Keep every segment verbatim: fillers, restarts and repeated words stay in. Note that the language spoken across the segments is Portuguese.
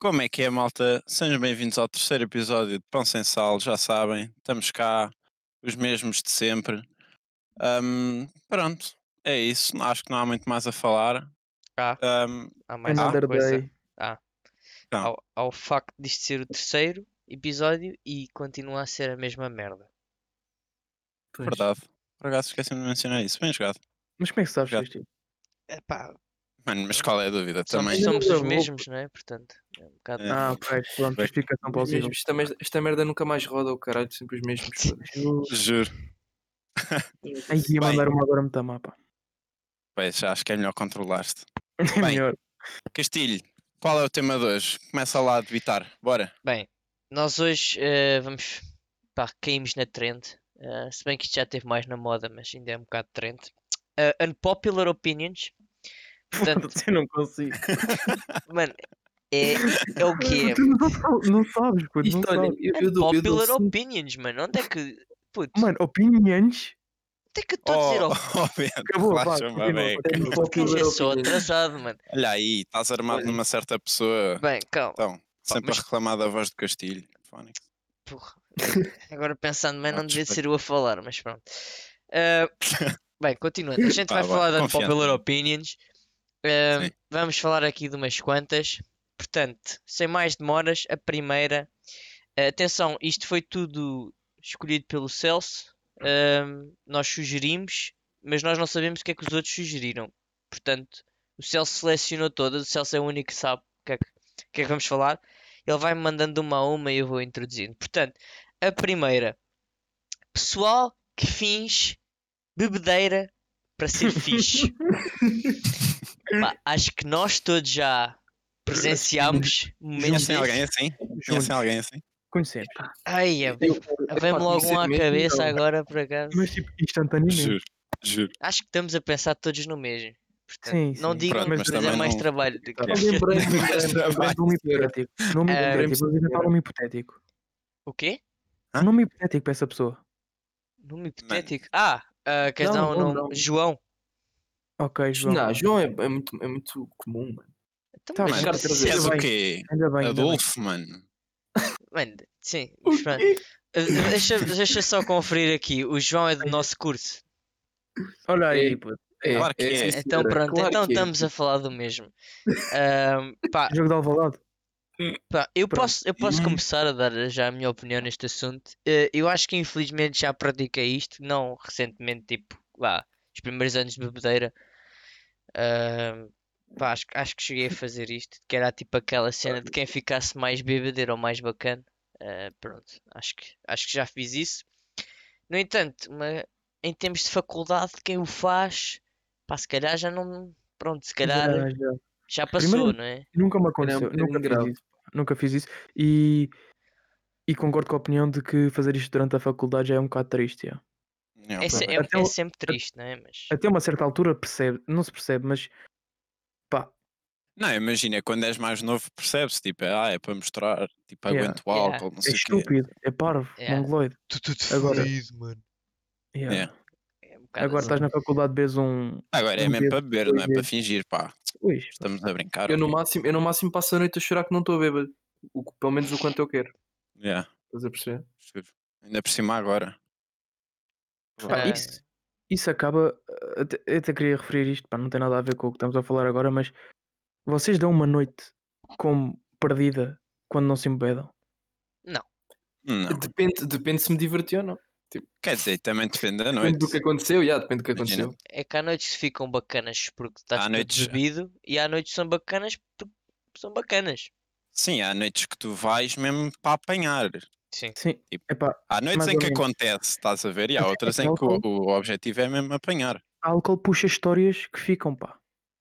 Como é que é, malta? Sejam bem-vindos ao terceiro episódio de Pão Sem Sal. Já sabem, estamos cá, os mesmos de sempre. Ahm, pronto, é isso. Acho que não há muito mais a falar. Há, Ahm, há mais uma ah, Another coisa. day. Há. então, Ao, ao facto disto ser o terceiro episódio e continua a ser a mesma merda. Pois. verdade. Por acaso esqueci-me de mencionar isso. Bem jogado. Mas como é que sabes Obrigado. isto? Epá, Mano, mas qual é a dúvida somos, também? Ainda não somos os gravou, mesmos, não é? Portanto, é um bocado. É. Ah, ok. Pronto, Bem, justificação Os plausível. mesmos, esta, merda, esta merda nunca mais roda o caralho, sempre os mesmos. foda-se. Justo. Juro. Aí ia Bem. mandar uma agora muito mapa. Pois, já acho que é melhor controlar-te. É Bem. melhor. Castilho, qual é o tema de hoje? Começa lá a debitar. Bora. Bem, nós hoje eh, vamos. Pá, caímos na trend. Eh, se bem que isto já esteve mais na moda, mas ainda é um bocado trend. Eh, unpopular opinions. Portanto, Eu não consigo. mano, é, é o que é. Tu não, sa- não sabes, puto, não Isto, olha, sabes. eu, eu dou, eu dou Unpopular cinco- opinions, mano. Onde é que. Putz, Mano, opiniões. onde é que eu estou a dizer Oh, op... oh, Bento, Acabou, vá, relaxa-me, continua, beca. continua. Porque popular eu sou opinions. atrasado, mano. Olha aí, estás armado Olha. numa certa pessoa. Bem, calma. Então, sempre mas- a reclamar da voz do Castilho. Fónix. Porra. Agora pensando bem, Ah, não devia desculpa. ser eu a falar, mas pronto. Ah, bem, continuando. A gente Vá, vai vá, falar de confiante. unpopular opinions. Ah, Sim. vamos falar aqui de umas quantas. Portanto, sem mais demoras, a primeira. Ah, atenção, isto foi tudo escolhido pelo Celso. Ah, nós sugerimos, mas nós não sabemos o que é que os outros sugeriram. Portanto, o Celso selecionou todas. O Celso é o único que sabe o que é que, o que é que vamos falar. Ele vai-me mandando uma a uma e eu vou introduzindo. Portanto, a primeira. Pessoal que finge bebedeira para ser fixe. Pá, acho que nós todos já presenciámos momentos Conhecem alguém destes. assim? Juntos. Conhecem alguém assim? Conhecemos. Ai, é- Eu- vem-me epá, logo conhecer um à mesmo, cabeça não. agora, por acaso. Mas tipo, instantaneamente. Juro, juro. Acho que estamos a pensar todos no mesmo. Portanto, Sim, não sim. digam Pronto, que mas depois é também mais não- trabalho do que... Tá. Eu lembrei-me, Mas lembrei-me, trabalho. lembrei-me Nome de senhora. hipotético. Nome Ah, hipotético. Vou inventar um nome hipotético. O quê? Hã? Um nome hipotético para essa pessoa. Nome hipotético? Ah, ah, queres Não, dar um não, nome? não. João. Ok, João. Não, João é, é muito, é muito comum, mano. Então, Tá mas bem, Mano, não quero sei- trazer. és Ainda o bem. quê? Ainda bem, ainda bem. Adolfo, mano. Mano, sim. O mas pronto. quê? Ah, Deixa, deixa só conferir aqui. O João é do nosso curso. Olha aí, É. puto. É, Claro que é, é. sim, Então senhora. pronto, Claro então que é. estamos a falar do mesmo. Ahm, pá, Jogo de Alvalade. pá, eu Pronto. posso, eu posso Hum. começar a dar já a minha opinião neste assunto. Eh, eu acho que infelizmente já pratiquei isto, não recentemente, tipo, lá, os primeiros anos de bebedeira. Ahm, pá, acho, que- acho que cheguei a fazer isto, que era tipo aquela cena de quem ficasse mais bêbado era o mais bacana. Ah, pronto, acho que, acho que já fiz isso. No entanto, uma- em termos de faculdade, quem o faz, pá, se calhar já não. Pronto, se calhar Já, já. já passou, Primeiro- não é? Nunca me Era um aconteceu. bocadinho Nunca fiz grave. isso. Nunca fiz isso. E, e concordo com a opinião de que fazer isto durante a faculdade já é um bocado triste. já. Não, É, se- pronto. é- Até é o- sempre triste, não é? Mas Até uma certa altura percebe, não se percebe, mas pá, Não, imagina, quando és mais novo percebes, tipo, ah, é para mostrar, tipo, Yeah. aguento o Yeah. álcool, não é sei o quê. estúpido, é parvo, Yeah. mongoloide. tu tudo Agora- fodido, mano. Yeah. Yeah. É um bocado Agora assim. estás na faculdade, vês um. Agora é um mesmo para dedo, beber, não é dois para dedos. fingir, pá. Ui, Estamos a brincar. Eu no, ok? máximo, eu no máximo passo a noite a chorar que não estou bêbado. O, que- pelo menos o quanto eu quero. Yeah, Estás a perceber? juro. Ainda por cima agora. pá, Ah, isso, isso acaba. Até, eu até queria referir isto, pá, não tem nada a ver com o que estamos a falar agora, mas vocês dão uma noite como perdida quando não se embebedam? Não. Depende, depende se me diverti ou não. Quer dizer, também depende da Depende do que noite. aconteceu, já, depende do que Imagina. aconteceu. é que há noites que ficam bacanas porque estás Há todo noites- bebido e há noites que são bacanas porque são bacanas. Sim, há noites que tu vais mesmo para apanhar. Sim. Sim, Tipo, epá, Há noites Mais em ou que menos. acontece, estás a ver? E há Mas é outras que em que o, álcool- o objetivo é mesmo apanhar. álcool puxa histórias que ficam, pá.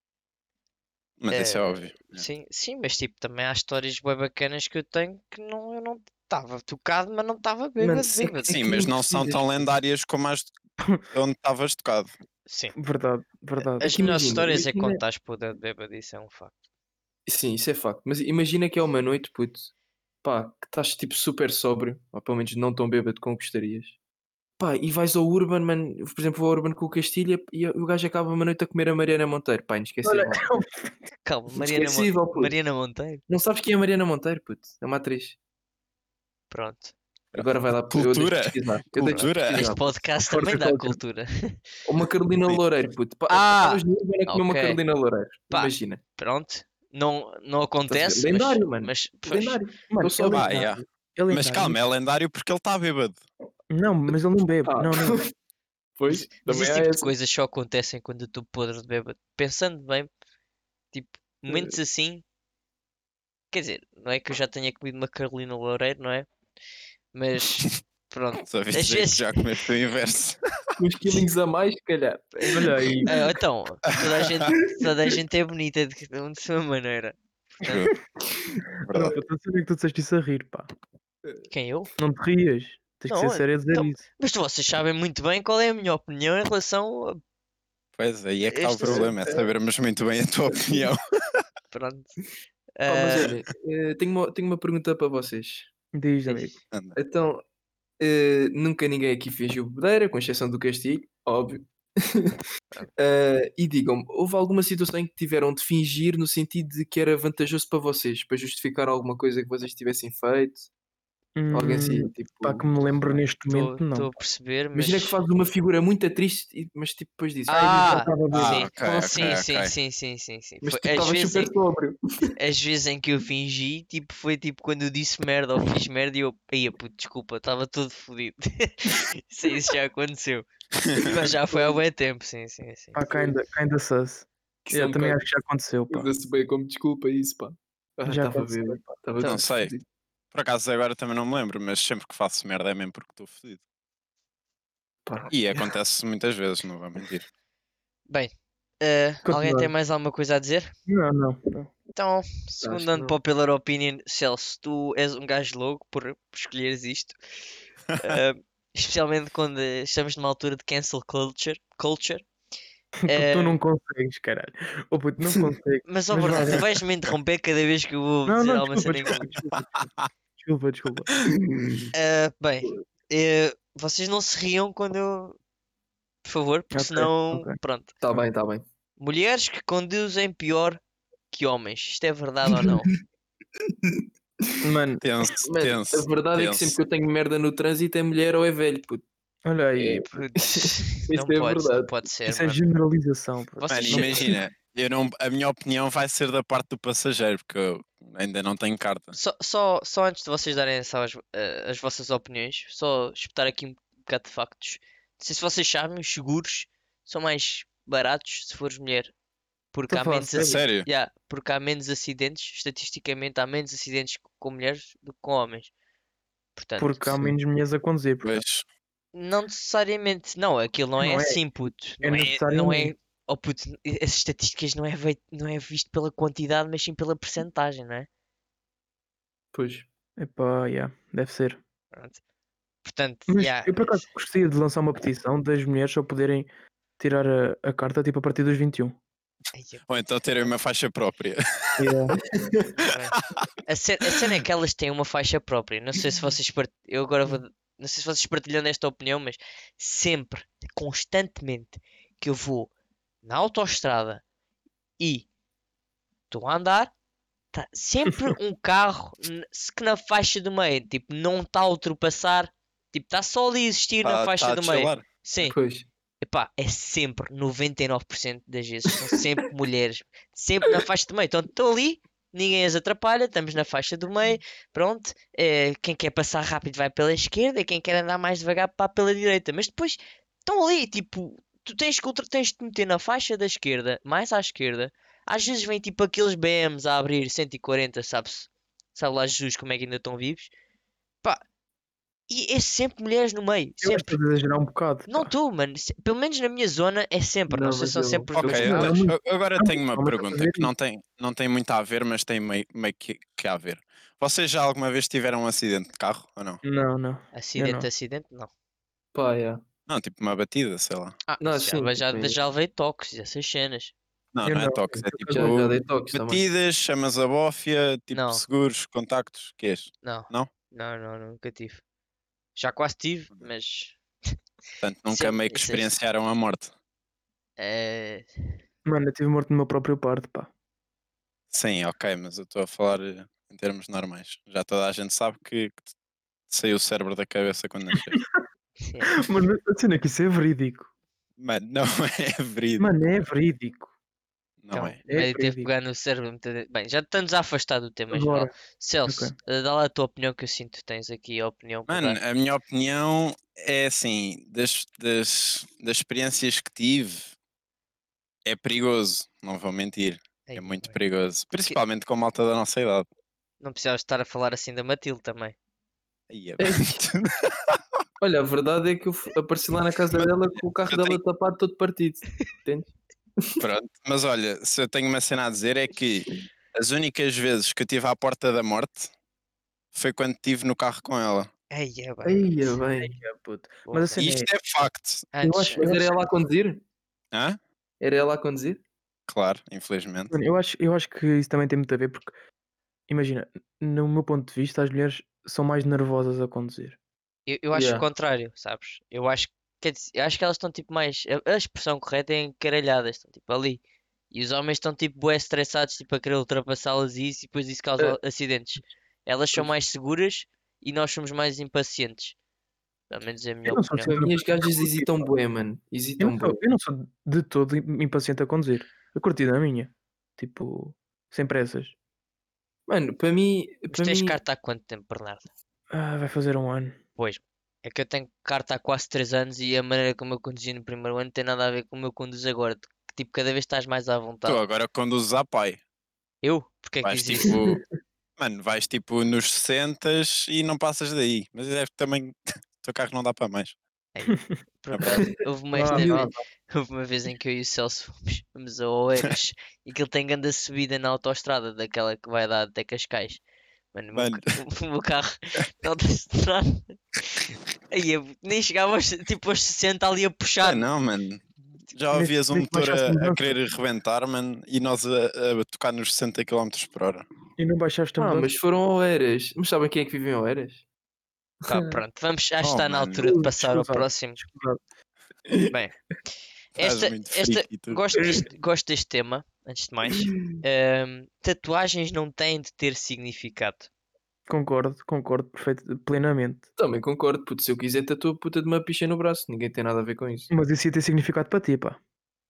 Mas isso é Eh, óbvio. Sim, sim, mas tipo, também há histórias bem bacanas que eu tenho que não, eu não estava tocado, mas não estava bêbado, sim, bêbado. Sim, que mas não não são precisas, tão puto. lendárias como as de onde estavas tocado. Sim. Verdade, verdade. As que melhores imagina, histórias é imagina- quando estás podre de bêbado, isso é um facto. Sim, isso é facto. Mas imagina que é uma noite, puto, pá, que estás tipo super sóbrio, ou pelo menos não tão bêbado como gostarias. Pá, e vais ao Urban, mano, por exemplo, ao Urban com o Castilha e o gajo acaba uma noite a comer a Mariana Monteiro. Pá, Olha, inesquecível. Calma, Mariana, Mon- Inesquecível, puto. Mariana Monteiro. Não sabes quem é a Mariana Monteiro, puto? É uma atriz. Pronto. Agora vai lá, eu deixo Cultura. pesquisar. Eu deixo Cultura. pesquisar, Este puto. podcast Força também dá culture. cultura. Ou uma Carolina Loureiro, puto. Pá, Ah, estavas no Urban a comer uma ok. Carolina Loureiro. Pá, Imagina. Pronto. Não, não Estás a ver? acontece, mas, Lendário, mano. mas pois, Lendário. Mano, Eu sou ele Ah, lendário. yeah. Ele Mas lendário. calma, é lendário porque ele está bêbado. Não, mas ele não bebe. Ah. Não, não. Pois, mas também esse há tipo de essa. coisas só acontecem quando eu estou podre de bêbado. Pensando bem, tipo, momentos Eh. assim, quer dizer, não é que eu já tenha comido uma Carolina Loureiro, não é? Mas pronto, Só vi às dizer que vezes, já comeste o inverso. Uns quilinhos a mais, se calhar. Olha aí. ah, então, toda a gente, toda a gente é bonita de cada um de sua maneira. True. Não, Verdade. pá, estou a saber que tu disseste isso a rir, pá. Quem eu? Não te rias. Tens que Não, ser sério a dizer não. isso. Mas vocês sabem muito bem qual é a minha opinião em relação a Pois, aí é que está o este problema, é assunto. sabermos muito bem a tua opinião. Pronto. Pá, mas Ah, olha, eh, tenho uma, tenho uma pergunta para vocês. Diz, diz. amigo. Anda. Então, eh, nunca ninguém aqui fingiu bebedeira, com exceção do Castilho, óbvio. Eh, e digam-me, houve alguma situação em que tiveram de fingir no sentido de que era vantajoso para vocês, para justificar alguma coisa que vocês tivessem feito? Alguém assim, Hum, tipo. pá, que me lembro neste Estou momento, não. a perceber, mas. Imagina que fazes uma figura muito triste, e- mas tipo depois disso. já Ah, estava Ah, sim, bêbado. ok, ok, sim, sim, ok. sim, sim, sim, sim. Mas Foi- tu Às estavas vezes, super em, sóbrio. às vezes em que eu fingi, tipo, foi tipo quando eu disse merda ou fiz merda e eu, ia puto, desculpa, estava todo fodido. Isso, isso já aconteceu. Mas já foi há bué tempo, sim, sim, sim. Pá, kinda, kinda sus. Que isso é Eu um também bocado- acho que já aconteceu, pá. Usa-se bem como desculpa isso, pá. Ah, Já estava aconteceu, bêbado. pá. Estava Então, Não todo sei. fodido. Por acaso agora também não me lembro, mas sempre que faço merda é mesmo porque estou fodido. Pá, E acontece muitas vezes, não vou mentir. Bem, eh, alguém tem Continuando. mais alguma coisa a dizer? Não, não, não. Então, que segundo não. unpopular opinion, Celso, tu és um gajo louco por, por escolheres isto. Eh, especialmente quando estamos numa altura de cancel culture. culture. Porque Eh, tu não consegues, caralho. Ô puto, não consegues. mas, ó Mas vá, Bernardo, tu vá. vais-me interromper cada vez que eu vou Não, dizer não, alguma desculpa, cena em desculpa, inglês. desculpa, desculpa. Desculpa. Eh, bem, eh, vocês não se riam quando eu. Por favor, porque Ok, senão. ok. Pronto. Tá bem, tá bem. Mulheres que conduzem pior que homens. Isto é verdade ou não? Mano, Tenso, Mano, tenso. a verdade é que sempre tenso. que eu tenho merda no trânsito é mulher ou é velho, puto. olha aí. É, Putz, Isso não é pode, não verdade. pode ser, Isso é mano. generalização, puto. Vocês Mano, sa- imagina, eu não, a minha opinião vai ser da parte do passageiro, porque eu ainda não tenho carta. Só, só, só antes de vocês darem só as, eh, as vossas opiniões, só espetar aqui um bocado de factos. Não sei se vocês sabem, os seguros são mais baratos se fores mulher. Porque Estou a há falar menos, sério. aci- Sério? Yeah, porque há menos acidentes, estatisticamente há menos acidentes com mulheres do que com homens. Portanto, Porque há sim. menos mulheres a conduzir, portanto. Pois. não necessariamente, não, aquilo não é Não é. assim, puto. É Não é, não é, necessariamente. oh, puto, as estatísticas não é, vei- não é visto pela quantidade, mas sim pela percentagem, não é? Pois. Epá, yeah, deve ser. Pronto. Portanto, Mas yeah, eu por acaso gostaria de lançar uma petição das mulheres só poderem tirar a, a carta tipo a partir dos vinte e um. ai, eu- Ou então terem uma faixa própria. Yeah. bem. A ce- a cena é que elas têm uma faixa própria. Não sei se vocês part... eu agora vou... não sei se vocês partilham desta opinião, mas sempre, constantemente que eu vou na autoestrada e estou a andar, tá sempre um carro n- se que na faixa do meio, tipo, não está a ultrapassar, tipo, está só ali a existir na Tá, faixa tá a do meio. chilar. Sim, Pois. epá, é sempre, noventa e nove por cento das vezes, são sempre mulheres, sempre na faixa do meio. Então, estou ali, ninguém as atrapalha, estamos na faixa do meio, pronto. eh, quem quer passar rápido vai pela esquerda, e quem quer andar mais devagar pá pela direita. Mas depois, estão ali, tipo, tu tens que, ultra- tens de te meter na faixa da esquerda, mais à esquerda. Às vezes vem tipo aqueles B Ms a abrir cento e quarenta, sabe-se? Sabe lá Jesus como é que ainda estão vivos? Pá, e é sempre mulheres no meio, Eu acho que sempre. estás a exagerar um bocado. Não pá. estou, mano. Se- Pelo menos na minha zona é sempre. Não, Não, sei mas se são eu- sempre os eu- Ok, mesmos não, eu- é casos. muito- eu- agora é tenho muito uma calma, pergunta estás a ver que não tem, não tem muito a ver, mas tem meio, meio que, que a ver. Vocês já alguma vez tiveram um acidente de carro ou não? Não, não. Acidente, não. acidente, não. Pá, yeah. Não, tipo uma batida, sei lá. Ah, Não, isso já, sim, mas já, tipo, já levei toques, essas cenas. Não, Eu não é não, toques, é eu tipo Já, já dei toques também. batidas, chamas a bófia, tipo Não. seguros, contactos, que és? Não. Não? Não, não, nunca tive. Já quase tive, mas. Portanto, Isso nunca é- meio que isso é- experienciaram a morte. É, Mano, eu tive morto no meu próprio parto, pá. Sim, ok, mas eu estou a falar eh, em termos normais. Já toda a gente sabe que, que te saiu o cérebro da cabeça quando nasceste. yeah. Mano, a cena é que isso é verídico. Mano, não é verídico. Mano, é verídico. Não Então, é. o médico teve que verídico. pegar no cérebro. muita- Bem, já estamos a afastar do tema geral. Agora, Celso, ok. eh, dá lá a tua opinião, que eu sinto que tens aqui a opinião para Mano, dar. a minha opinião é assim, das, das, das experiências que tive, é perigoso, não vou mentir. Ai, É muito bem. perigoso. Principalmente com a malta da nossa idade. Não precisavas estar a falar assim da Matilde também. Aí é Ei. bem. Olha, a verdade é que eu fu- apareci lá na casa Mas dela com o carro eu dela tenho- tapado todo partido. Entendes? Pronto. Mas olha, se eu tenho uma cena a dizer é que as únicas vezes que eu estive à porta da morte foi quando estive no carro com ela. Ai, é bem. Aí, é bem. É, puto. Porra. Mas a E cena é. isto é facto. Antes, acho- Mas era acho- ela a conduzir? Hã? Era ela a conduzir? Claro, infelizmente. Mano, eu acho, eu acho que isso também tem muito a ver porque, imagina, no meu ponto de vista, as mulheres são mais nervosas a conduzir. eu, eu acho o Yeah. contrário, sabes? Eu acho, que- quer dizer, eu acho que elas estão tipo mais. A, a expressão correta é encaralhadas, estão tipo ali. E os homens estão tipo bué estressados, tipo a querer ultrapassá-las e isso, e depois isso causa acidentes. Elas são pois. mais seguras e nós somos mais impacientes. Pelo menos é a minha Eu não sou opinião. assim. As minhas gajas Eu curti, hesitam pá. bué, mano. Eu Hesitam não, bué. sou, eu não sou de todo im- impaciente a conduzir. Eu curti da minha. Tipo, sem pressas. Mano, para mim, Mas para tens mim, carta há quanto tempo, Bernardo? Ah, vai fazer um ano. Pois, é que eu tenho carta há quase três anos e a maneira como eu conduzi no primeiro ano tem nada a ver com como eu conduzo agora. Que, tipo, cada vez estás mais à Tu vontade. agora conduzes a pai. Eu? Porque é que Vais diz isso? tipo. Mano, vais tipo nos sessenta e não passas daí. Mas é que também o teu carro não dá para mais. Ei, por É acaso, houve uma, Ah, esta E o- vez, houve uma vez em que eu e o Celso fomos, fomos a Oeiras e que ele tem grande subida na autoestrada, daquela que vai dar até Cascais. Mano, o meu, Mano. ca- o meu carro na autoestrada. Aí, eu nem chegava aos, tipo aos sessenta ali a puxar. Ah, não, mano. Já Nem- ouvias um nem que motor baixasse a, a mudança. querer rebentar, mano, e nós a, a tocar nos sessenta quilómetros por hora. E não baixaste a Ah, mudança? mas foram a Oeiras. Mas sabem quem é que vive em Oeiras? Pá, pronto, vamos, acho que Oh, está na mano. altura de passar ao Escusado, próximo. escusado. Bem, Estás esta, muito esta, friki, tu. gosto, deste, gosto deste tema, antes de mais. Ahm, tatuagens não têm de ter significado. Concordo, concordo perfeito, plenamente. Também concordo, puto. Se eu quiser, tatuo a puta de uma picha no braço. Ninguém tem nada a ver com isso. Mas isso ia ter significado para ti, pá.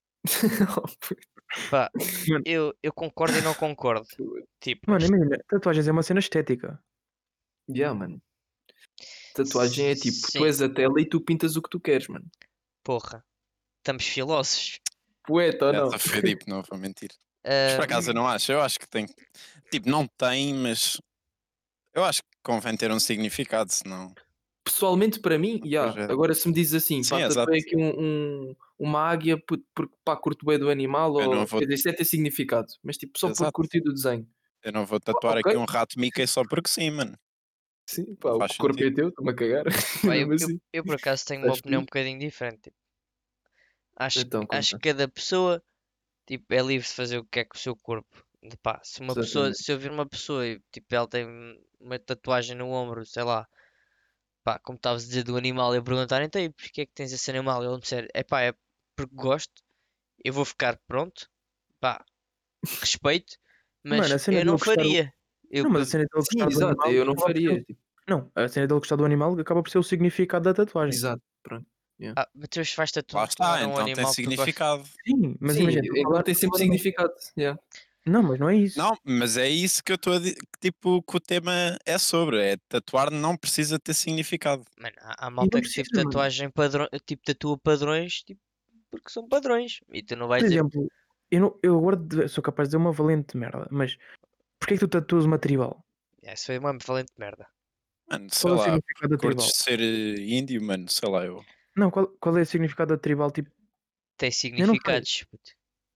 Pá, Mano. eu, eu concordo e não concordo. Tipo, Mano, isto- imagina, tatuagens é uma cena estética. Yeah, mano. Tatuagem é tipo, tu sim, és a tela e tu pintas o que tu queres, mano. porra, estamos filósofos. Poeta ou não? Essa foi deep, não vou mentir. Mas por Ahm, acaso eu não acho. Eu acho que tem. Tipo, não tem, mas. Eu acho que convém ter um significado, senão. Pessoalmente, para mim, yeah. Pois é. Agora se me diz assim, Sim, pá, exato. tatuei aqui um, um- uma águia puto, porque pá, curto bem do animal, Eu não ou vou- quer dizer, isso é ter significado, mas tipo, só por Exato. curtir do desenho. Eu não vou tatuar ok. aqui um rato Mickey só porque sim, mano. Sim, pá, Não o faz corpo é sentido. teu, estou-me a cagar. pá, eu, Mesmo eu- assim. eu, por acaso tenho uma Estás opinião um fixe? bocadinho diferente. tipo. Acho, Então, acho conta. que cada pessoa tipo, é livre de fazer o que quer com o seu corpo. De pá, se uma pessoa, Exatamente. se eu vir uma pessoa e tipo, ela tem uma tatuagem no ombro, sei lá, pá, como estavas a dizer do animal, eu perguntar, então e porquê é que tens esse animal? Ele me disser, é pá, é porque gosto, eu vou ficar pronto, pá, respeito, mas Mano, a cena eu dele não gostar do- faria. Eu, Não, mas a cena dele Sim, gostar do exato, animal. eu não acaba por ser o- faria. tipo, Não, a cena dele gostar do animal acaba por ser o significado da tatuagem. exato, pronto. ah, mas tu vais Lá tatuar está, um então tem animal que tu gostas. significado. Sim, mas Sim, imagina. tu igual falar- tem sempre falar- significado. Yeah. Não, mas não é isso. Não, mas é isso que eu estou a dizer. Tipo, que o tema é sobre. É tatuar não precisa ter significado. Mano, há, há malta que tipo precisa, mano. tatuagem padrão, tipo tatua padrões, tipo, porque são padrões. E tu não vais Por dizer, exemplo, eu, não, eu agora de- sou capaz de dizer uma valente merda, mas porquê é que tu tatuas uma tribal? "Ah, isso foi uma valente merda. Mano, sei Qual é o lá, significado da tribal? curtes ser eh, índio, mano, sei lá, eu. Não, qual, qual é o significado da tribal? Tipo, Tem não sei. significados. puto.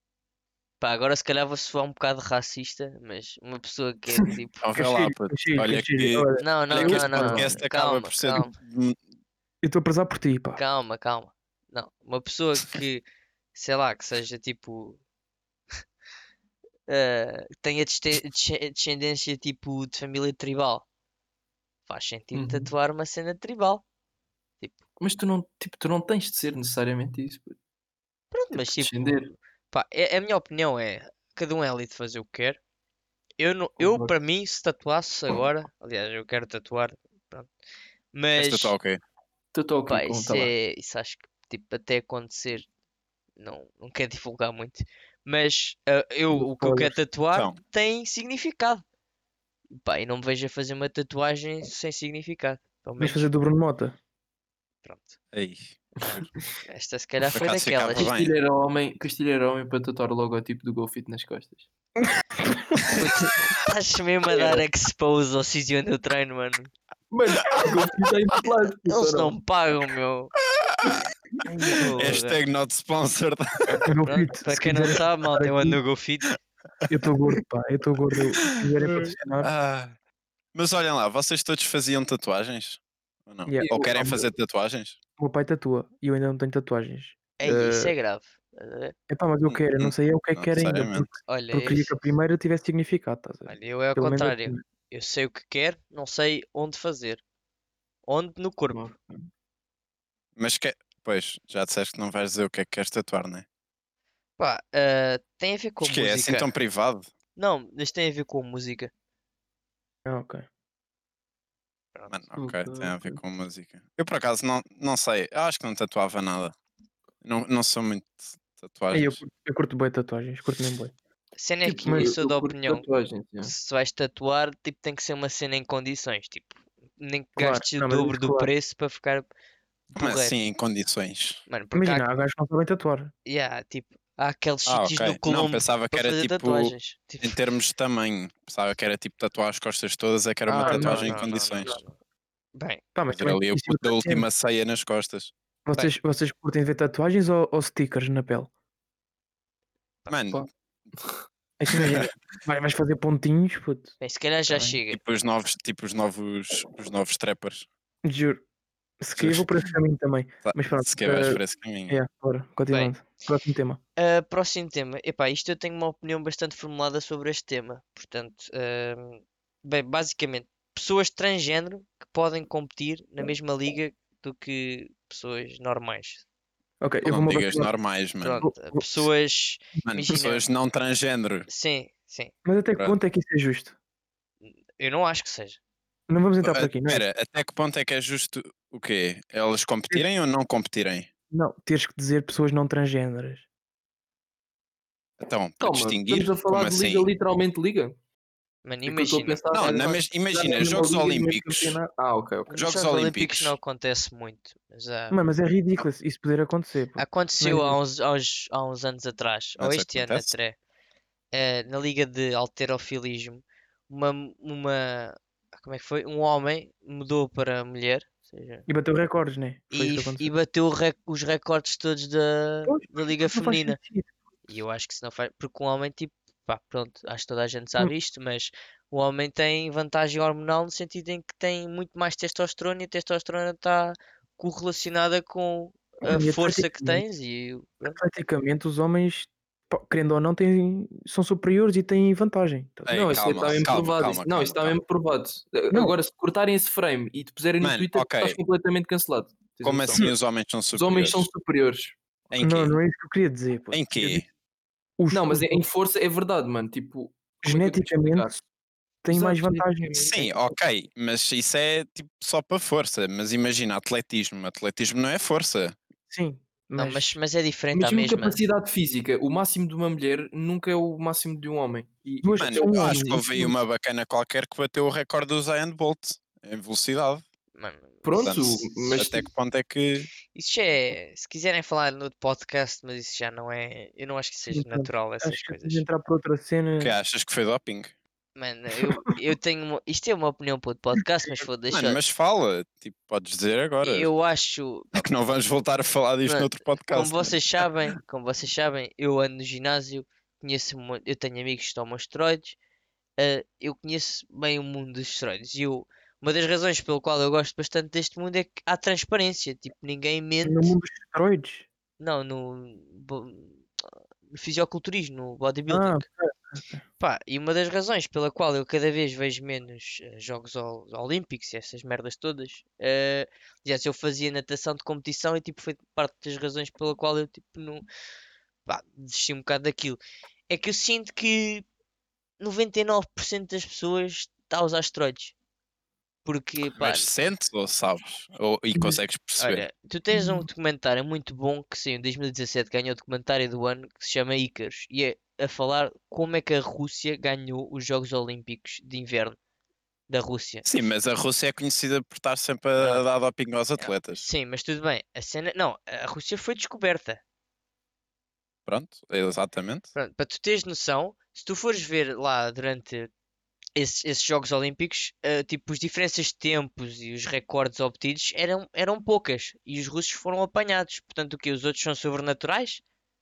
Pá, agora se calhar vou soar um bocado racista, mas uma pessoa que é tipo. Então vê lá, Castilho, puto. Castilho, Olha Castilho, que, olha, Não, não, olha que não, este não. podcast acaba Calma, por ser. calma, de- eu estou a prezar por ti, pá. calma, calma. Não, uma pessoa que, sei lá, que seja tipo. eh, tenha desce- desce- descendência tipo de família tribal. Faz sentido Uhum. tatuar uma cena tribal. Tipo, Mas tu não, tipo, tu não tens de ser necessariamente isso. puto. Pronto, Tipo, mas tipo, descender. pá, é, a minha opinião é, cada um é ali de fazer o que quer. Eu, não, eu Concordo. para mim, se tatuasse agora, aliás, eu quero tatuar, pronto. Esta está Mas, ok. Tu estou ok pá, com, isso tá lá. é, isso acho que, tipo, até acontecer, não, não quero divulgar muito. Mas ah, eu, Os o que eu quero spoilers. tatuar Então, tem significado. Pá, e não me vejo a fazer uma tatuagem sem significado, pelo Mas menos, fazer do Bruno Mota. pronto. aí. Ah, esta se calhar Por foi acaso ficava daquelas. bem. Castilho era homem, Castilho era homem para tatuar o logotipo do GoFit nas costas. Puto, estás mesmo a dar expose ao sítio onde eu treino, mano. Mano, o GoFit está em todo lado, puto, Eles ou não pagam, meu. Porra. Hashtag not sponsored. Eu não Pronto, fit, para se quem não quiserem sabe, malta, eu aqui, ando no GoFit. eu estou gordo, pá. Eu estou gordo. Eu- Se quiserem patrocinar, Ah, mas olhem lá, vocês todos faziam tatuagens? Ou não? yeah. Ou Eu, querem pá, fazer tatuagens? O meu pai tatua e eu ainda não tenho tatuagens. Ei, isso Eh, é grave. Estás a ver? epá, mas eu Hum, quero, eu não hum, sei é o que é que Não quero ainda, necessariamente. porque, Olha, porque queria que isso- a primeira tivesse significado, estás a ver? olha, eu é ao Pelo menos a contrário. primeira. Eu sei o que quero, não sei onde fazer. Onde? No corpo. Mas que... Pois, já disseste que não vais dizer o que é que queres tatuar, não é? Pá, ah, tem a ver com Mas que é assim música. tão privado? Não, mas tem a ver com música. Ah, ok. Mano, Pronto. ok, Ok, tem a ver ok. com música. Eu por acaso não, não sei, eu acho que não tatuava nada. Não, não sou muito de Aí eu, tatuagens. curto- eu curto bem tatuagens, curto mesmo bem. A cena é Tipo, que eu eu, sou eu da curto opinião tatuagens, que yeah. se vais tatuar, tipo, tem que ser uma cena em condições. Tipo, nem que Claro, gastes o não, mas dobro isso do claro. preço para ficar Como porreiro. assim em condições? Mano, porque há, Imagina, há gajos que não sabem tatuar. yeah, tipo, há aqueles Ah, sítios no ok. Não, Colombo pensava que para era fazer tipo tatuagens. Tipo, em termos de tamanho. Pensava que era tipo tatuar as costas todas, é que era uma ah, não, tatuagem em não, não, não, condições. não, não. Bem, Pá, mas Fazer também ali o isso é puto da outra cena. última ceia nas costas. bem, Vocês, vocês curtem ver tatuagens ou, ou stickers na pele? Mano, Pá. É que imagina, vai- vais fazer pontinhos, puto. bem, se calhar já Tá bem. chega. tipo os novos, tipo os novos, os novos trappers. Juro. Se calhar vou por esse caminho também. Tá, Mas pronto. se calhar vais eh, por esse caminho. yeah, bora, continuando. Próximo tema. Uh, próximo tema. Epá, isto eu tenho uma opinião bastante formulada sobre este tema. Portanto, uh, bem, basicamente, pessoas transgênero que podem competir na mesma liga do que pessoas normais. Ok, eu Não vou-me digas abaixar. normais, mano. Pronto, Vou- vou- pessoas. Mano, Imagina. pessoas não transgênero. Sim, sim. Mas até que Pronto. ponto é que isso é justo? Eu não acho que seja. Não vamos entrar por Ah, aqui, não é? Espera, até que ponto é que é justo o quê? Elas competirem ou não competirem? Não, teres que dizer pessoas não transgêneras. Então, para Calma, distinguir, estamos a falar como de assim? liga, literalmente liga. Mano, É que eu estou a imagina. pensar Não, era na só mes- jogar imagina, na Jogos mesma liga, no mesmo Olímpicos. campeonato. Ah, ok, ok. Nos Jogos Jogos Olímpicos Olímpicos. não acontece muito. Mas há- Mano, mas é ridículo isso poder acontecer. Pô. aconteceu Não é há uns, há, uns, há uns anos atrás, ou Mas este ano acontece. até, eh, na liga de halterofilismo, uma, uma, como é que foi? Um homem mudou para mulher, ou seja, E bateu recordes, né? Foi isso e, que f- e aconteceu. bateu o rec- os recordes todos da, Pois, da liga não faz feminina. sentido. E eu acho que se não faz, porque um homem, tipo, pá, pronto, acho que toda a gente Hum. sabe isto, mas o homem tem vantagem hormonal no sentido em que tem muito mais testosterona e a testosterona está correlacionada com a E força que atleticamente, tens e pronto. atleticamente os homens, pá, querendo ou não, têm, são superiores e têm vantagem. Tá- Ei, Não, isso calma, está mesmo calma, provado. calma, Isso- não, calma, isso está calma. mesmo provado. Não. Agora, se cortarem esse frame e te puserem no Mano, Twitter, tu ok. estás completamente cancelado. Tens Como noção. assim os homens são Os homens superiores? são superiores. Em Não, quê? não é isso que eu queria dizer. Pô. Em Eu quê? disse, os, Não, mas os- em força é verdade, mano. Tipo, como é que eu tenho de explicar? geneticamente têm mais Exato, vantagem. Sim, ok, mas isso é tipo só para força. Mas imagina, atletismo. Atletismo não é força. Sim, Não, mas, mas, mas é diferente à Imagina mesma. capacidade física. O máximo de uma mulher nunca é o máximo de um homem. E, Duas Mano, pessoas, um eu homem, acho que houve aí isso- uma bacana qualquer que bateu o recorde do Usain Bolt em velocidade. Mano, Pronto, Portanto, mas até tipo, que ponto é que. isso já é. Se quiserem falar no podcast, mas isso já não é. Eu não acho que seja sim, pronto. natural essas Acho que coisas. antes de entrar por outra cena. que achas que foi doping? Mano, eu, eu tenho. uma- Isto é uma opinião para o podcast, mas vou Mano, deixar. mas fala, tipo, podes dizer agora. Eu acho. É que não vamos voltar a falar disto Mano, noutro Como podcast. mano. vocês sabem, como vocês sabem, eu ando no ginásio, conheço, mu- eu tenho amigos que tomam esteroides, eh, eu conheço bem o mundo dos esteroides. E eu, uma das razões pelo qual eu gosto bastante deste mundo é que há transparência, tipo, ninguém mente. No mundo dos esteroides. Não, no, bo- no fisioculturismo, no bodybuilding. Ah, ok, ok. Pá, e uma das razões pela qual eu cada vez vejo menos eh, Jogos ol- Olímpicos e essas merdas todas, eh, já se eu fazia natação de competição e tipo foi parte das razões pela qual eu tipo não, pá, desisti um bocado daquilo. É que eu sinto que noventa e nove por cento das pessoas está a usar esteroides. Porque, pá, Mas sentes ou sabes? Ou, e Mas, consegues perceber? olha, tu tens um documentário muito bom que saiu em dois mil e dezassete, ganhou o documentário do ano que se chama Icarus e é a falar como é que a Rússia ganhou os Jogos Olímpicos de Inverno da Rússia. Sim, mas a Rússia é conhecida por estar sempre a, a Pronto. dar doping aos Não, atletas. sim, mas tudo bem. A cena, não, a Rússia foi descoberta. Pronto, exatamente. Pronto, para tu teres noção, se tu fores ver lá durante esses, esses Jogos Olímpicos, eh, tipo, as diferenças de tempos e os recordes obtidos eram, eram poucas e os russos foram apanhados. Portanto, o que os outros são sobrenaturais?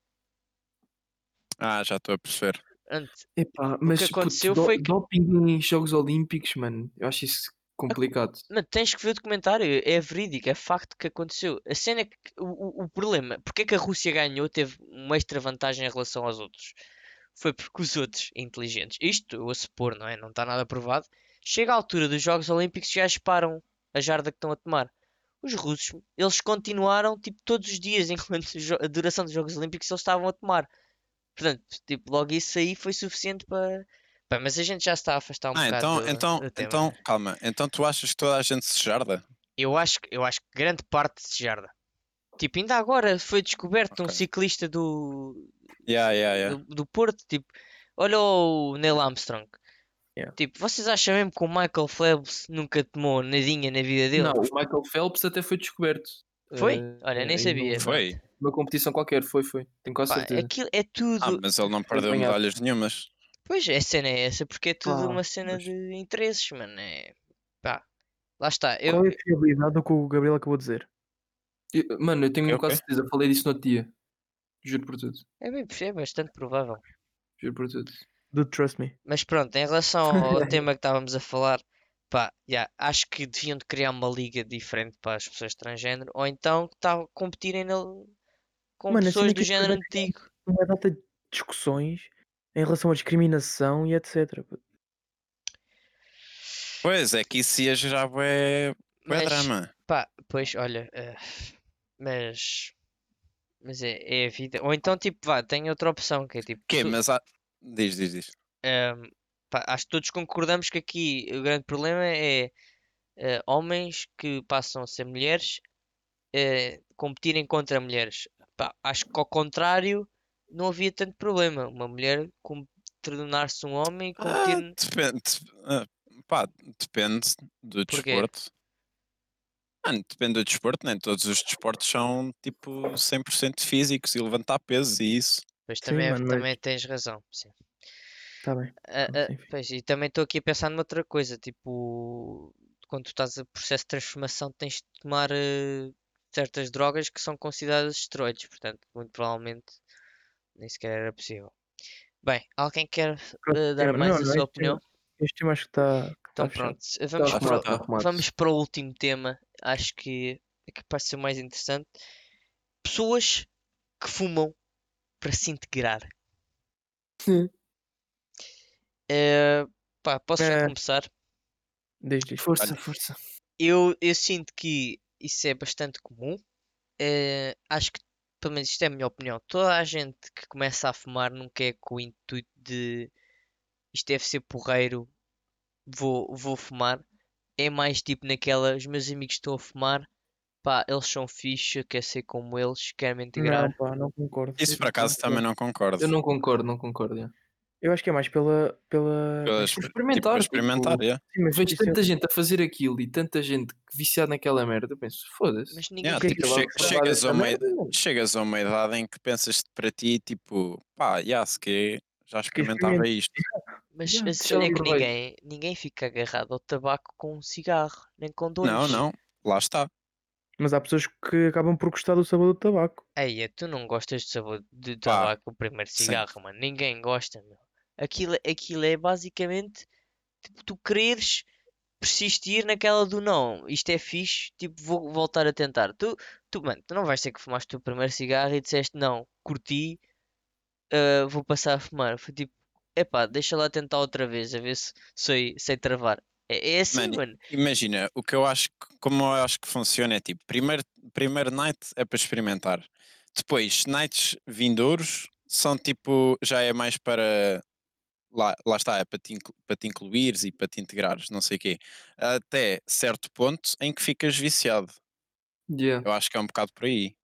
Ah, já estou a perceber. Portanto, Epá, o que mas puto, aconteceu do- foi que. doping em Jogos Olímpicos, mano, eu acho isso complicado. Não, tens que ver o documentário, é verídico, é facto que aconteceu. A cena é que o, o, o problema, porque é que a Rússia ganhou, teve uma extra vantagem em relação aos outros? Foi porque os outros inteligentes, isto eu a supor, não é? Não está nada provado. Chega à altura dos Jogos Olímpicos e já disparam a jarda que estão a tomar. Os russos, eles continuaram tipo todos os dias, enquanto jo- a duração dos Jogos Olímpicos eles estavam a tomar. Portanto, tipo, logo isso aí foi suficiente para. Pá, mas a gente já se está a afastar um Ah, bocado então, do, então, do tema, então, né? calma. Então tu achas que toda a gente se jarda? Eu acho, que- eu acho que grande parte se jarda. Tipo, ainda agora foi descoberto um Ok. ciclista do, Yeah, yeah, do, yeah. do Porto. Tipo, olha o Neil Armstrong. Yeah. Tipo, vocês acham mesmo que o Michael Phelps nunca tomou nadinha na vida dele? Não, o Michael Phelps até foi descoberto. Foi? eh, Olha, nem em sabia. num- Pronto. Foi? numa competição qualquer, foi, foi. Tenho quase Pá, certeza. aquilo é Ah, tudo. mas ele não Foi perdeu apanhado. medalhas nenhumas. Pois, a cena é essa, porque é tudo Pá, uma cena mas- de interesses, mano. É. Pá, lá está. Eu, Qual é a fiabilidade do que o Gabriel acabou de dizer? eu- mano, eu tenho Ok, quase ok. certeza, falei disso no outro dia. Juro por tudo. é, bem, é bastante provável. Juro por tudo. Do Trust Me. Mas pronto, em relação ao tema que estávamos a falar, pá, yeah, acho que deviam de criar uma liga diferente para as pessoas transgênero, ou então tá, competirem nele com Mano, a cena pessoas é do que depois género vai criar antigo. uma data de discussões em relação à discriminação e etcétera. Pois é que isso ia gerar bué, bué Mas, drama. pá, pois, olha, eh, mas, mas é, é a vida. Ou então, tipo, vá, tem outra opção, que é tipo, Quê? tu- Mas há... Diz, diz, diz. ehm, pá, acho que todos concordamos que aqui o grande problema é eh, homens que passam a ser mulheres eh, competirem contra mulheres. Pá, acho que ao contrário não havia tanto problema. Uma mulher com- tornar-se um homem e competir. Ah, n- depende. ah, pá, depende do Porquê? desporto. Mano, depende do desporto, nem todos os desportos são tipo cem por cento físicos e levantar pesos e isso. Pois Sim, também, é- mano, mas também tens razão. Sim. está bem. Ah, Pronto, ah, enfim. pois, e também estou aqui a pensar noutra coisa. Tipo, quando tu estás a processo de transformação, tens de tomar eh, certas drogas que são consideradas esteroides. Portanto, muito provavelmente nem sequer era possível. Bem, alguém quer Próximo eh, dar tema. mais Não, a não, sua este tema, opinião? este tema acho que está que tá Então fechado. pronto, vamos Tá para, arrumado, o- tá arrumado. vamos para o último tema. Acho que é capaz de ser o mais interessante. Pessoas que fumam para se integrar. Eh, pá, posso já É, começar? diz, diz. Força, Olha. força. Eu, eu sinto que isso é bastante comum. Eh, acho que, pelo menos isto é a minha opinião, toda a gente que começa a fumar nunca é com o intuito de isto deve ser porreiro, vou, vou fumar. É mais tipo naquela, os meus amigos estão a fumar, pá, eles são fixe, eu quero ser como eles, quero me Não, integrar. pá, não concordo. Isso por Não acaso concordo. também não concordo. Eu não concordo, não concordo. é. Eu acho que é mais pela. pela... como é Pelas, que Por se- tipo, para experimentar, experimentar, tipo, yeah. Sim, mas vejo isso é- tanta gente a fazer aquilo e tanta gente viciada naquela merda. Eu penso, foda-se. Mas ninguém Yeah, que é tipo, que Fica lá che- observado chegas, esta a uma, merda, mano. chegas a uma idade em que pensas para ti, tipo, pá, yeah, se que já que experimentava experimento. isto. Mas Yeah, a deixa cena lá é que proveito. ninguém, ninguém fica agarrado ao tabaco com um cigarro, nem com Não, dois. não, lá está. Mas há pessoas que acabam por gostar do sabor do tabaco. Eia, tu não gostas de sabor de Pá, tabaco, o primeiro sim. cigarro, mano. Ninguém gosta, meu. Aquilo, aquilo é basicamente tipo, tu quereres persistir naquela do não, isto é fixe, tipo, vou voltar a tentar. Tu, tu, mano, tu não vais ter que fumaste o teu primeiro cigarro e disseste não, curti, ah, vou passar a fumar. Foi tipo, epá, deixa lá tentar outra vez, a ver se sei, sei travar. É, é assim, Mano, mano. imagina, o que eu acho que, como eu acho que funciona é tipo, primeiro, primeiro night é para experimentar. Depois, nights vindouros são tipo, já é mais para, lá, lá está, é para te, inclu- para te incluires e para te integrares, não sei o quê. Até certo ponto em que ficas viciado. Yeah. Eu acho que é um bocado por aí.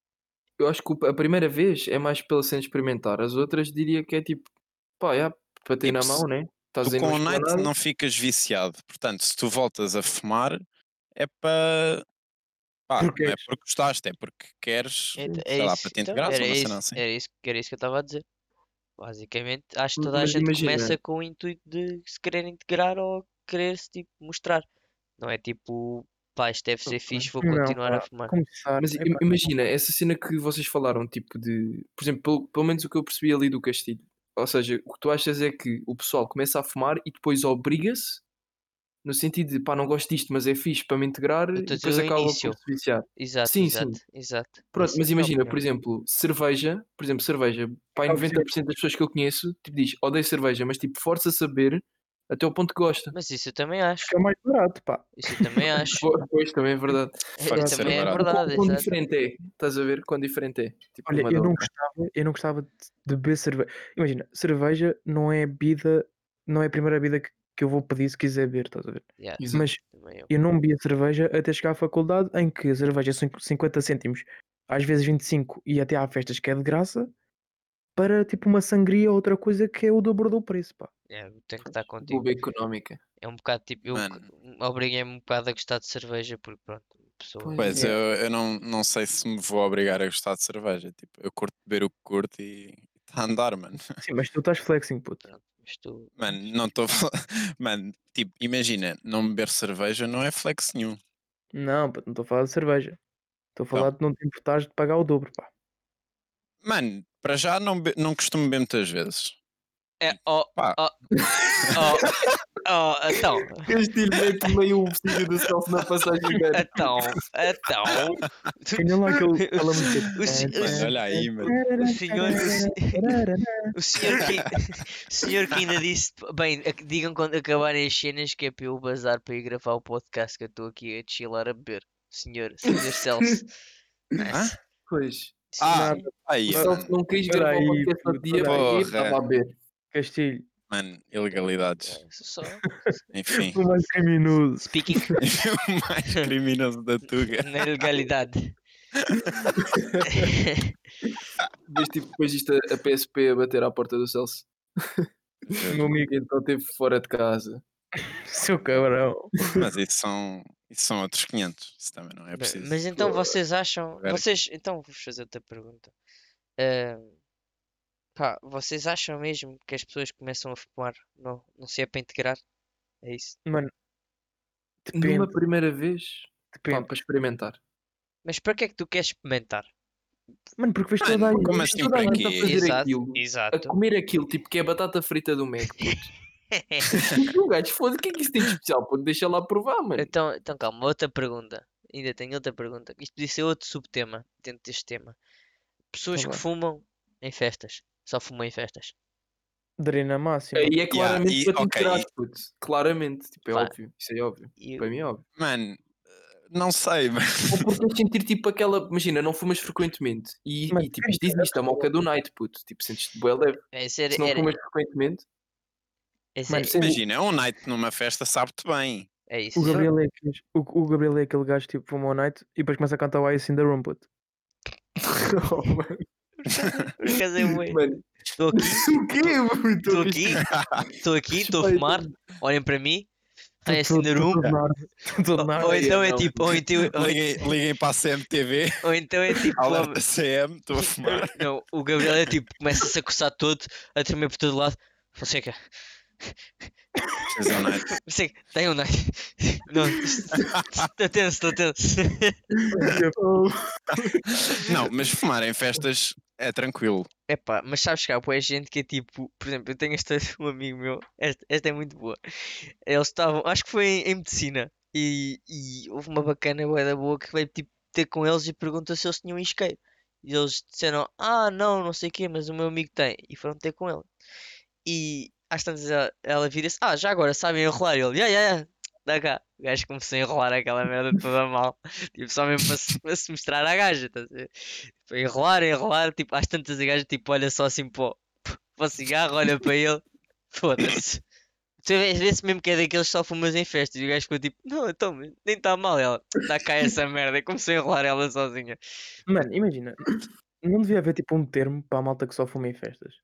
Eu acho que o- a primeira vez é mais pela cena de experimentar. As outras diria que é tipo, pá, yeah, para ter Tipo, na se mão, né? Estás tu aí com numa o night esplanada. não ficas viciado. Portanto, se tu voltas a fumar, é para, pá, Porque não é é porque gostaste, é porque queres, Ent- É sei lá, para isso, te então, integrares era ou uma cena isso, assim. era isso, era isso que eu estava a dizer. Basicamente, acho que toda a Mas gente imagina, começa com o intuito de se querer integrar ou querer se tipo mostrar. Não é tipo, pá, isto deve ser fixe, vou não, continuar a pá, fumar. começar. mas i- Epá, imagina, essa cena que vocês falaram, tipo de, por exemplo, pelo, pelo menos o que eu percebi ali do Castilho. Ou seja, o que tu achas é que o pessoal começa a fumar e depois obriga-se, no sentido de, pá, não gosto disto, mas é fixe para me integrar Eu e estou a dizer depois o acaba por início. se viciar. Exato, Sim, sim. exato, exato. Pronto, Essa é mas a minha imagina, por opinião. exemplo, cerveja, por exemplo, cerveja, pá, acaba por ser noventa por cento das pessoas que eu conheço, tipo, diz, odeio cerveja, mas tipo, força a saber até o ponto que gosta. Mas isso eu também acho. porque é mais barato, pá. Isso eu também acho. Pois, pois, também é verdade. É, Facto de ser também é barato. Quão, verdade, quão exato. diferente é? Estás a ver? Quão diferente é? Tipo, Olha, uma eu da não outra. gostava, eu não gostava de de beber cerveja. Imagina, cerveja não é bebida, não é a primeira bebida que, que eu vou pedir se quiser beber, estás a ver? Yeah, Exato. Mas também eu. eu não bebia cerveja até chegar à faculdade em que a cerveja é cinco- cinquenta cêntimos, às vezes vinte e cinco e até há festas que é de graça, para tipo uma sangria ou outra coisa que é o dobro do preço, pá. Yeah, eu tenho que estar contigo. Boba económica. É um bocado tipo, eu Mano, obriguei-me um bocado a gostar de cerveja porque pronto, pessoa. Pois pois é. eu, eu não, não sei se me vou obrigar a gostar de cerveja. Tipo, eu curto beber o que curto e está a andar, mano. Sim, mas tu estás flexing, puto. Pronto, mas tu. Mano, não estou. Mano, tipo, imagina, não beber cerveja não é flex nenhum. Não, puto, não estou a falar de cerveja. Estou a Então, falar de não te importares de pagar o dobro, pá. mano, para já não, be- não costumo beber muitas vezes. É, oh, Pá, oh, oh, oh, então. Castilho mete meio o vestido do Celso na passagem velha. Então, então. Ganha lá aquele, O, aquela música. o, se- o, mano, se- olha aí, mano. o senhor. O, se- o senhor que, o senhor que ainda disse. Bem, ac- digam quando acabarem as cenas que é para eu bazar para ir gravar o podcast que eu estou aqui a chilar a beber. Senhor, senhor Celso. Hã? Nice. Pois. Sim, Ah, Nada. sim. aí, O Ah, Celso mano. não quis Espera gravar o aí, podcast no puto, dia espera aí. porque estava a Porra, beber. Castilho, mano, ilegalidades. É, só. Enfim, o mais criminoso. Speaking o mais criminoso da Tuga. na ilegalidade. Vês tipo depois isto a, a P S P a bater à porta do Celso. Meu amigo, E então esteve fora de casa. seu cabrão. Mas isso são, isso são outros quinhentos. Isso também não é Ma- preciso. Mas então vocês acham. Agora- Vocês. Então vou fazer outra pergunta. Ah, pá, vocês acham mesmo que as pessoas começam a fumar? Não, não se é para integrar? É isso? Mano, Numa depende, primeira vez, pá, depende. para experimentar. Mas para que é que tu queres experimentar? Mano, porque vês Mano, toda aí. como Vês assim toda a para gente a quê? fazer Exato, aquilo, a exato. comer aquilo, tipo que é batata frita do Mac, puto. E o gajo, foda, o que é que isso tem de especial, puto? Deixa lá provar, mano. Então, então calma, outra pergunta. Ainda tenho outra pergunta. Isto podia ser outro subtema dentro deste tema. Pessoas Tá que bem. fumam em festas. Só fumam em festas. Drena máxima. Aí é Yeah, claramente e- para te ok. integrar, puto. Claramente, tipo, é Pá, óbvio. Isso é óbvio. E Para mim é óbvio. Mano, não sei, mano. Ou porque tens de sentir tipo aquela. Imagina, não fumas frequentemente. E, Mas e tipo, depende, isto existe, a moca do night, puto. Tipo, sentes-te bué leve. esse era, Se não era- fumas frequentemente, esse Mano, é, sim. Imagina, um night numa festa sabe-te bem. é o isso. Gabriel é, aquele- o, o Gabriel é aquele gajo tipo fuma all night e depois começa a cantar o Ice in the Room, puto. Oh, mano. Por acaso é bué. Mano, Estou aqui, o quê, puto? estou aqui, estou aqui, estou a fumar. Olhem para mim. Ai, assim na room. Todo nardo. Todo Ou, nardo. ou então é não. tipo, ou então, ou, liguem, liguem para a C M T V, ou então é tipo, alerta C M, estou a fumar. não, o Gabriel é tipo, começa-se a coçar todo, a tremer por todo lado. Fonseca, Fez um night. Fonseca, tem um night. Não, estou tenso, estou tenso. Não, mas fumar em festas é tranquilo. Epá, mas sabes que há boa gente que é tipo, por exemplo, eu tenho esta, um amigo meu, esta, esta é muito boa. Eles estavam, acho que foi em, em medicina, e, e houve uma bacana bué da boa que veio tipo ter com eles e perguntou se eles tinham isqueiro. E eles disseram, ah não, não sei o quê, mas o meu amigo tem. E foram ter com ele. E às tantas ela, ela vira-se, ah, já agora sabem enrolar. E ele, ya, ya, ya, dá cá. O gajo começou a enrolar aquela merda toda mal. Tipo, só mesmo para se, para se mostrar à gaja. Estás a ver? Tipo, a enrolar, a enrolar. Tipo, às tantas a gaja tipo, olha só assim para o, para o cigarro, olha para ele. Foda-se. Tu vês vê-se mesmo que é daqueles que só fumas em festas. E o gajo ficou tipo, não, então, nem está mal. Ela, dá cá essa merda. E começou a enrolar ela sozinha. Mano, imagina, não devia haver tipo um termo para a malta que só fuma em festas.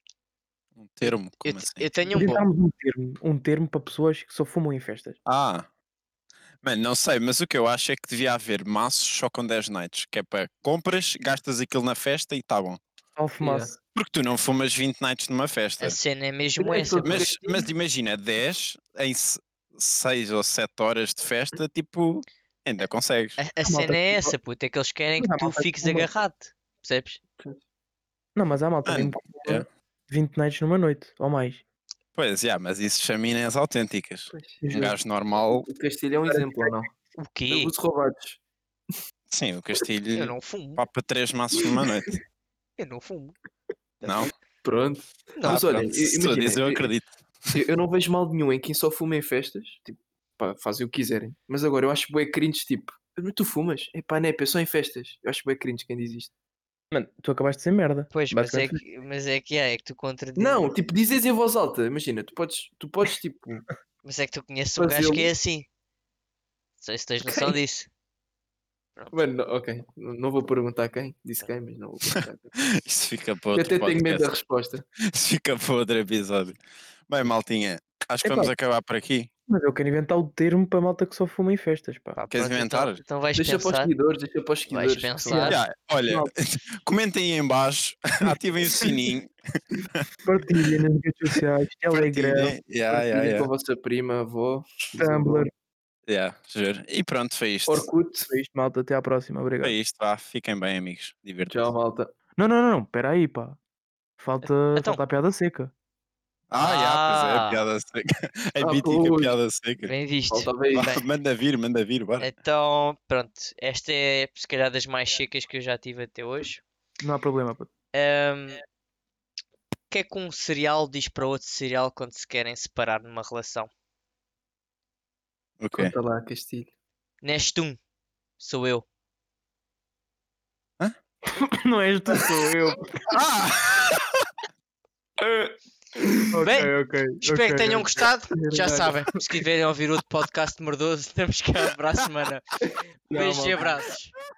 Um termo, Eu, como te- assim? eu tenho um bom. Inventámos um termo, um termo para pessoas que só fumam em festas. Ah, mano, não sei, mas o que eu acho é que devia haver maços só com dez nights, que é para compras, gastas aquilo na festa e tá bom. Só fumasse. Porque tu não fumas vinte nights numa festa. A cena é mesmo É essa. todo- Mas, mas imagina, dez em seis ou sete horas de festa, tipo, ainda consegues. A, a A cena malta é que- essa, puto. É que eles querem que Mas há tu malta que fiques fuma. agarrado. Percebes? Não, mas há malta Mano, mesmo que fuma é. vinte nights numa noite, ou mais. Pois, já, mas isso chaminas autênticas. Um Juro. gajo normal, O Castilho é um exemplo, ou não? O quê? Os roubados. sim, o Eu Castilho não fumo. papa três maços numa noite. Eu não fumo. Não? Pronto. Não. Mas Ah, olha, pronto, i- se tu imagina, dizes, eu eu- acredito. Eu, eu não vejo mal nenhum em quem só fuma em festas, tipo, pá, fazem o que quiserem. Mas agora eu acho bué cringe, tipo, "Mas tu fumas? É pá, nepa, é só em festas." Eu acho bué cringe quem diz isto. Mano, tu acabaste de ser merda. Pois, mas é, basicamente. que, mas é que é, é que tu contradizes. Não, tipo, dizes em voz alta. Imagina, tu podes, tu podes tipo, Mas é que tu conheces um gajo que é fazê-lo. assim. Não sei se tens noção Quem? disso. Pronto. Mano, não- ok, não não vou perguntar quem, disse quem, mas não vou perguntar quem. Isso fica para Eu outro até tenho medo da podcast. resposta. Isso fica para outro episódio. Bem, maltinha, acho que Epá. vamos acabar por aqui. Mas eu quero inventar o termo para a malta que só fuma em festas, pá. Pá, Queres pronto, então, inventar? então vais Deixa para os pensar. seguidores, deixa para os Vais seguidores. que são- pensar. Já, olha, Malta. comentem aí em baixo, ativem o sininho, Partilhem nas redes sociais, Telegram, partilhem. Yeah, yeah, Partilhem com yeah. a vossa prima, avó, Tumblr. Yeah, juro. E pronto, foi isto. Orkut. Foi isto, malta. Até à próxima. Obrigado. Foi isto, vá. Fiquem bem, amigos. Divertam-se. Tchau, malta. Não, não, não, não. Espera aí, pá. Falta, Então. falta a piada seca. Ah, yeah, pois é, Ah. piada seca. É Ah, mítica, pois. piada seca. Bem visto. Faltava aí. Vá, Bem, manda vir, manda vir, bora. então, pronto. Esta é, se calhar, das mais secas que eu já tive até hoje. Não há problema, pá. Ahm, O que é que um cereal diz para outro cereal quando se querem separar numa relação? Ok. Conta lá, Castilho. Neste tu, sou eu. Não és tu, sou eu. Ah! Ok, Bem, ok. Espero ok, que tenham ok. gostado. Já Verdade. sabem, se quiserem ouvir outro podcast mordoso, temos cá para a semana. Já, Beijos e malta. abraços.